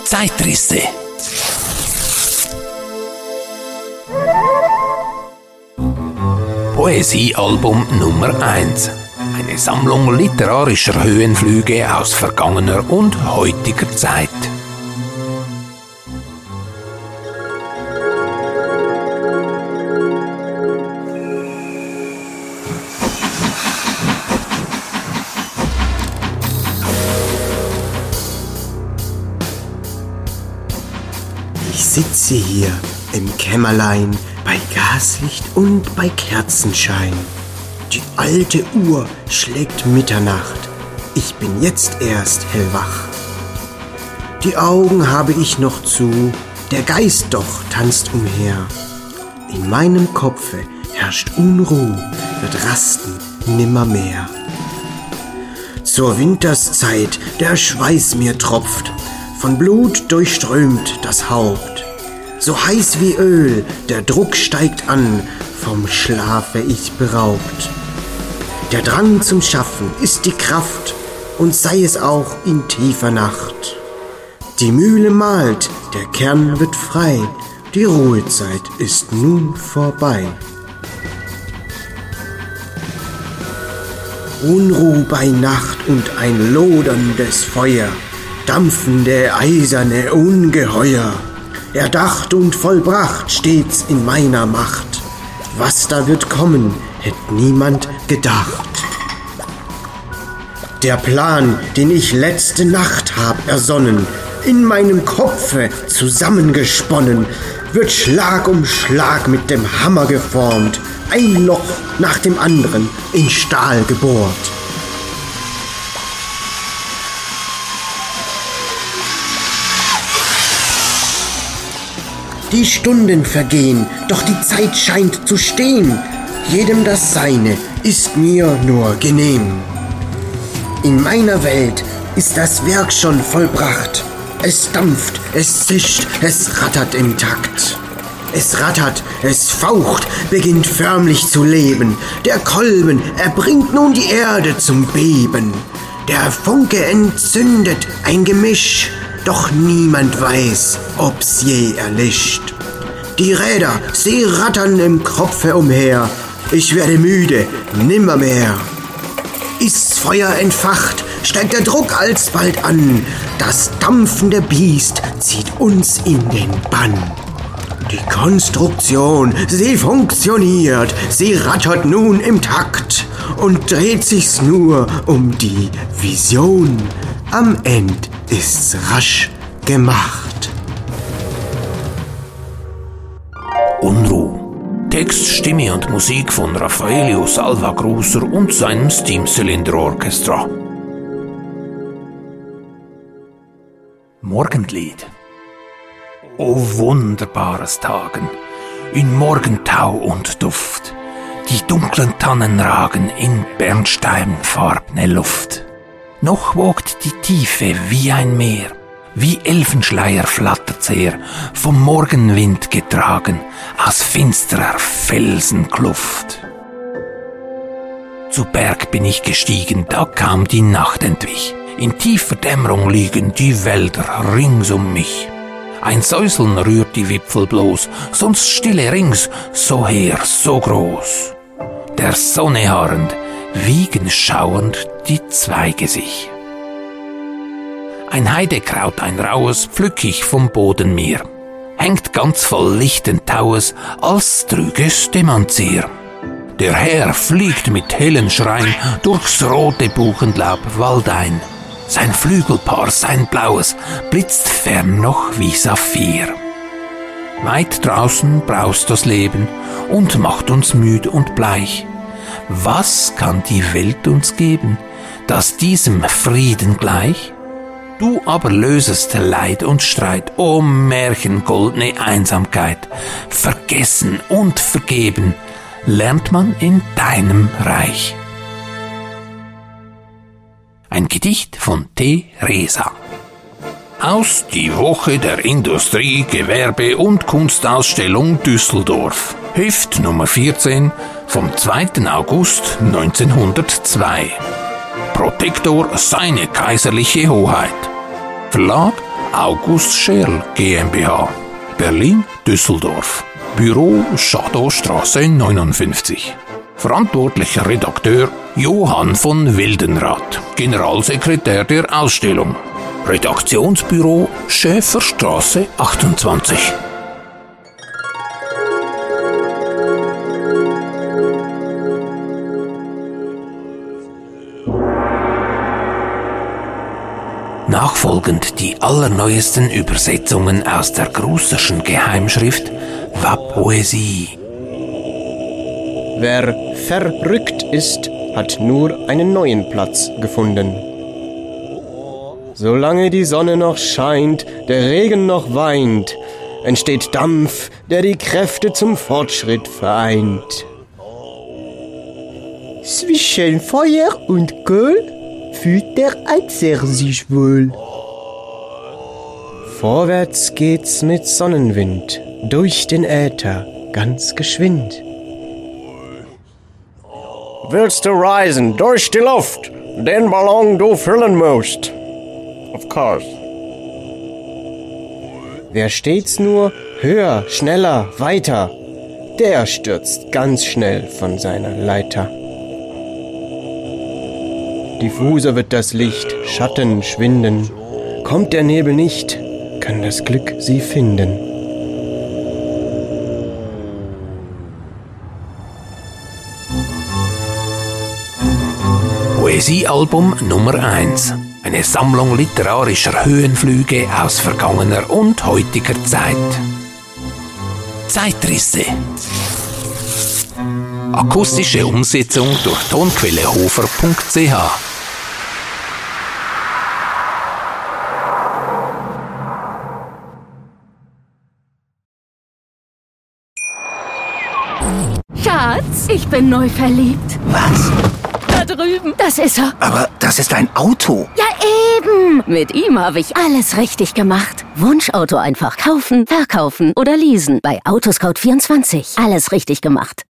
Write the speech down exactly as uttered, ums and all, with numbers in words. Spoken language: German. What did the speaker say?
Zeitrisse. Poesiealbum Nummer eins. Eine Sammlung literarischer Höhenflüge aus vergangener und heutiger Zeit. Ich sitze hier im Kämmerlein bei Gaslicht und bei Kerzenschein. Die alte Uhr schlägt Mitternacht, ich bin jetzt erst hellwach. Die Augen habe ich noch zu, der Geist doch tanzt umher. In meinem Kopfe herrscht Unruh, wird rasten nimmermehr. Zur Winterszeit der Schweiß mir tropft, von Blut durchströmt das Haupt. So heiß wie Öl, der Druck steigt an, vom Schlafe ich beraubt. Der Drang zum Schaffen ist die Kraft, und sei es auch in tiefer Nacht. Die Mühle mahlt, der Kern wird frei, die Ruhezeit ist nun vorbei. Unruh bei Nacht und ein loderndes Feuer, dampfende eiserne Ungeheuer. Erdacht und vollbracht stets in meiner Macht. Was da wird kommen, hätt niemand gedacht. Der Plan, den ich letzte Nacht hab ersonnen, in meinem Kopfe zusammengesponnen, wird Schlag um Schlag mit dem Hammer geformt, ein Loch nach dem anderen in Stahl gebohrt. Die Stunden vergehen, doch die Zeit scheint zu stehen. Jedem das Seine ist mir nur genehm. In meiner Welt ist das Werk schon vollbracht. Es dampft, es zischt, es rattert im Takt. Es rattert, es faucht, beginnt förmlich zu leben. Der Kolben, er bringt nun die Erde zum Beben. Der Funke entzündet ein Gemisch, doch niemand weiß, ob's je erlischt. Die Räder, sie rattern im Kopfe umher. Ich werde müde, nimmermehr. Ist's Feuer entfacht, steigt der Druck alsbald an. Das dampfende Biest zieht uns in den Bann. Die Konstruktion, sie funktioniert, sie rattert nun im Takt und dreht sich's nur um die Vision. Am End ist's rasch gemacht. Unruh. Text, Stimme und Musik von Raffaello Salvagruser und seinem Steam Cylinder Orchestra. Morgenlied. O wunderbares Tagen, in Morgentau und Duft, die dunklen Tannen ragen in bernsteinfarbne Luft. Noch wogt die Tiefe wie ein Meer, wie Elfenschleier flattert's her, vom Morgenwind getragen, aus finsterer Felsenkluft. Zu Berg bin ich gestiegen, da kam die Nacht entwich. In tiefer Dämmerung liegen die Wälder rings um mich. Ein Säuseln rührt die Wipfel bloß, sonst Stille rings, so her, so groß. Der Sonne harrend, wiegen schauernd die Zweige sich. Ein Heidekraut, ein raues, pflück ich vom Boden mir, hängt ganz voll lichten Taues, als trüges Demanzier. Der Herr fliegt mit hellen Schrein durchs rote Buchenlaub waldein. Sein Flügelpaar, sein blaues, blitzt fern noch wie Saphir. Weit draußen braust das Leben und macht uns müd und bleich. Was kann die Welt uns geben, das diesem Frieden gleich? Du aber lösest Leid und Streit, o märchengoldne Einsamkeit. Vergessen und vergeben lernt man in deinem Reich. Ein Gedicht von Theresa. Aus die Woche der Industrie-, Gewerbe- und Kunstausstellung Düsseldorf. Heft Nummer vierzehn vom zweiten August neunzehnhundertzwei. Protektor seine kaiserliche Hoheit. Verlag August Scherl GmbH, Berlin, Düsseldorf. Büro Schadowstraße neunundfünfzig. Verantwortlicher Redakteur Johann von Wildenrath, Generalsekretär der Ausstellung. Redaktionsbüro Schäferstraße achtundzwanzig. Nachfolgend die allerneuesten Übersetzungen aus der russischen Geheimschrift Wap-Poesie. Wer verrückt ist, hat nur einen neuen Platz gefunden. Solange die Sonne noch scheint, der Regen noch weint, entsteht Dampf, der die Kräfte zum Fortschritt vereint. Zwischen Feuer und Kohl fühlt der Eizer sich wohl. Vorwärts geht's mit Sonnenwind, durch den Äther, ganz geschwind. Willst du reisen durch die Luft, den Ballon du füllen musst? Of course. Wer stets nur höher, schneller, weiter, der stürzt ganz schnell von seiner Leiter. Diffuser wird das Licht, Schatten schwinden. Kommt der Nebel nicht, kann das Glück sie finden. Poesiealbum Nummer eins. Eine Sammlung literarischer Höhenflüge aus vergangener und heutiger Zeit. Zeitrisse. Akustische Umsetzung durch tonquellehofer punkt c h. Schatz, ich bin neu verliebt. Was? Da drüben. Das ist er. Aber das ist ein Auto. Ja, eben. Mit ihm habe ich alles richtig gemacht. Wunschauto einfach kaufen, verkaufen oder leasen. Bei Autoscout vierundzwanzig. Alles richtig gemacht.